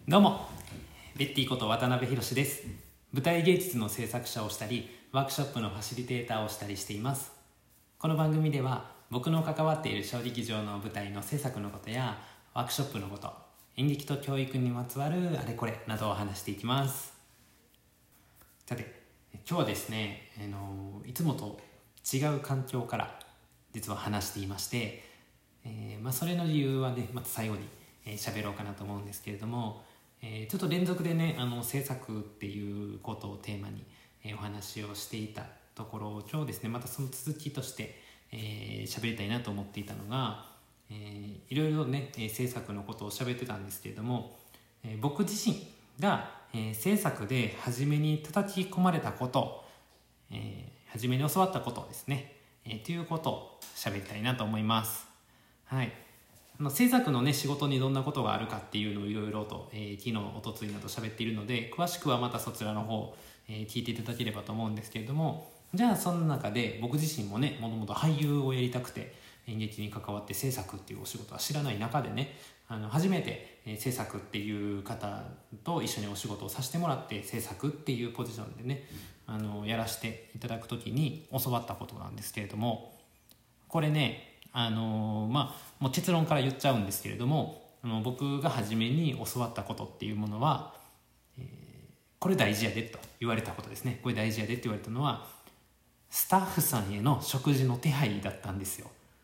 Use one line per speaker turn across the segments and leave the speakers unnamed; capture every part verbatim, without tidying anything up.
どうもベッティこと渡辺博です。舞台芸術の制作者をしたり、ワークショップのファシリテーターをしたりしています。この番組では僕の関わっている小劇場の舞台の制作のことやワークショップのこと、演劇と教育にまつわるあれこれなどを話していきます。さて、今日はですね、あのいつもと違う環境から実は話していまして、えーまあ、それの理由はねまた最後にえー、喋ろうかなと思うんですけれども、えー、ちょっと連続でねあの制作っていうことをテーマに、えー、お話をしていたところを今日ですねまたその続きとしてえー、喋りたいなと思っていたのが、えー、いろいろね、えー、制作のことを喋ってたんですけれども、えー、僕自身が、えー、制作で初めに叩き込まれたこと、えー、初めに教わったことですね、えー、ということを喋りたいなと思います。はい。あの制作のね仕事にどんなことがあるかっていうのをいろいろと、えー、昨日おとついなど喋っているので、詳しくはまたそちらの方、えー、聞いていただければと思うんですけれども、じゃあその中で僕自身もねもともと俳優をやりたくて演劇に関わって制作っていうお仕事は知らない中でね、あの初めて、えー、制作っていう方と一緒にお仕事をさせてもらって制作っていうポジションでね、あのやらせていただくときに教わったことなんですけれども、これねあのー、まあもう結論から言っちゃうんですけれども、あの僕が初めに教わったことっていうものは、えー、これ大事やでと言われたことですね。これ大事やでって言われたのはスタッフさんへの食事の手配だったんですよ。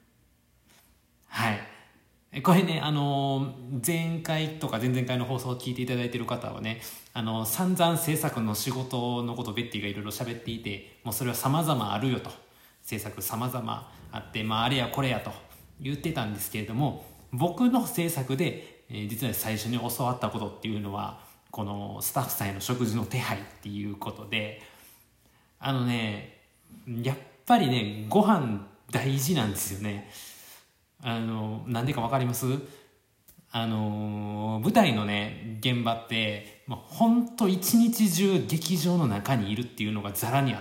はいこれね、あのー、前回とか前々回の放送を聞いていただいている方はね、あのー、散々制作の仕事のことをベッティがいろいろ喋っていて、もうそれは様々あるよと、制作様々あって、まああれやこれやと言ってたんですけれども、僕の制作で、えー、実は最初に教わったことっていうのはこのスタッフさんへの食事の手配っていうことで、あのねやっぱりねご飯大事なんですよね。あのなんでか分かります？あの舞台のね現場って、まあ、ほんと一日中劇場の中にいるっていうのがざらにあって、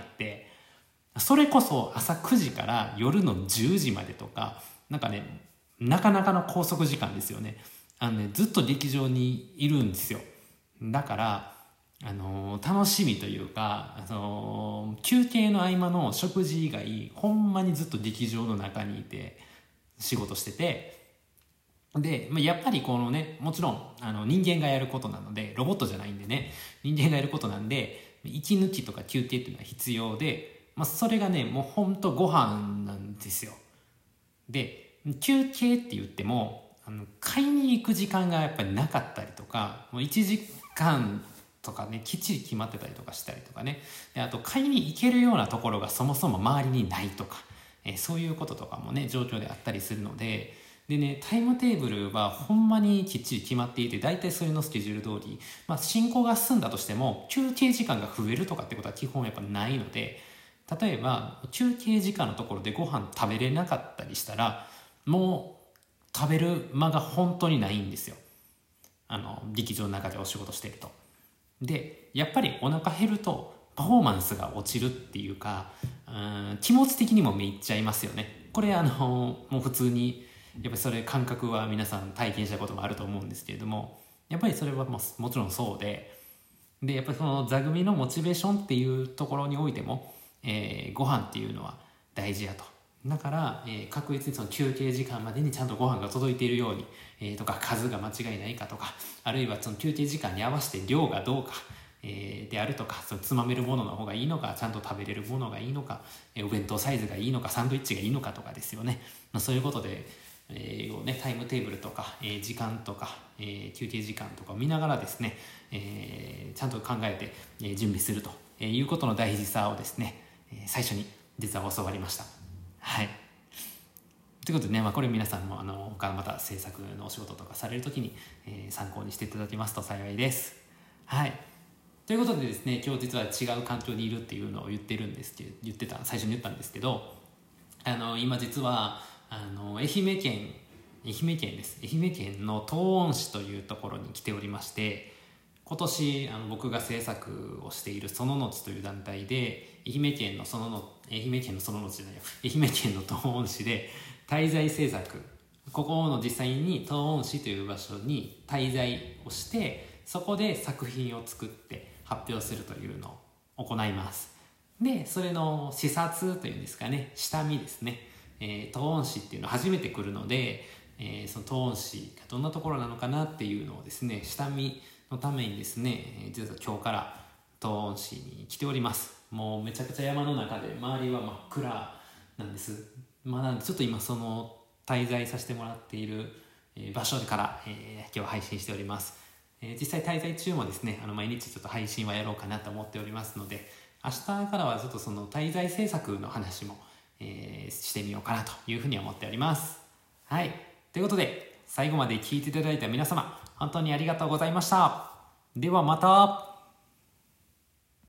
それこそ朝くじから夜のじゅうじまでとか、なんかねなかなかの拘束時間ですよね。あのねずっと劇場にいるんですよ。だからあのー、楽しみというか、あのー、休憩の合間の食事以外ほんまにずっと劇場の中にいて仕事してて、で、まあ、やっぱりこのねもちろんあの人間がやることなので、ロボットじゃないんでね、人間がやることなんで息抜きとか休憩っていうのは必要で、まあ、それがねもうほんとご飯なんですよ。で休憩って言ってもあの買いに行く時間がやっぱりなかったりとか、もういちじかんとかねきっちり決まってたりとかしたりとかね、であと買いに行けるようなところがそもそも周りにないとか、えー、そういうこととかもね状況であったりするので、でねタイムテーブルはほんまにきっちり決まっていて、大体それのスケジュール通り、まあ、進行が進んだとしても休憩時間が増えるとかってことは基本やっぱないので、例えば休憩時間のところでご飯食べれなかったりしたらもう食べる間が本当にないんですよ。あの劇場の中でお仕事してると。でやっぱりお腹減るとパフォーマンスが落ちるっていうか、うん気持ち的にもめいっちゃいますよね。これあのもう普通にやっぱりそれ感覚は皆さん体験したこともあると思うんですけれども、やっぱりそれはもうもちろんそうで、でやっぱりその座組のモチベーションっていうところにおいても、えー、ご飯っていうのは大事やと。だから、えー、確実にその休憩時間までにちゃんとご飯が届いているように、えー、とか数が間違いないかとか、あるいはその休憩時間に合わせて量がどうか、えー、であるとか、そのつまめるものの方がいいのか、ちゃんと食べれるものがいいのか、えー、お弁当サイズがいいのか、サンドイッチがいいのかとかですよね。まあ、そういうことで、えーね、タイムテーブルとか、えー、時間とか、えー、休憩時間とかを見ながらですね、えー、ちゃんと考えて、えー、準備するということの大事さをですね、えー、最初に実は教わりました。はい。ということでね、まあ、これ皆さんもあの他また制作のお仕事とかされるときに、えー、参考にしていただけますと幸いです。はい。ということでですね、今日実は違う環境にいるっていうのを言ってるんですけど、言ってた最初に言ったんですけど、あの今実はあの愛媛県愛媛県です愛媛県の東温市というところに来ておりまして、今年あの僕が制作をしているそののちという団体で愛媛県のそのの愛媛県のそののちじゃないよ愛媛県の東温市で滞在制作、ここの実際に東温市という場所に滞在をしてそこで作品を作って発表するというのを行います。でそれの視察というんですかね、下見ですね、えー、東温市っていうの初めて来るので、えー、その東温市がどんなところなのかなっていうのをですね、下見のためにですね、実は今日から東温市に来ております。もうめちゃくちゃ山の中で周りは真っ暗なんです。まあ、なんでちょっと今その滞在させてもらっている場所から、えー、今日配信しております。えー、実際滞在中もですね、あの毎日ちょっと配信はやろうかなと思っておりますので、明日からはちょっとその滞在制作の話も、えー、してみようかなというふうに思っております。はい、ということで最後まで聞いていただいた皆様、本当にありがとうございました。ではまた。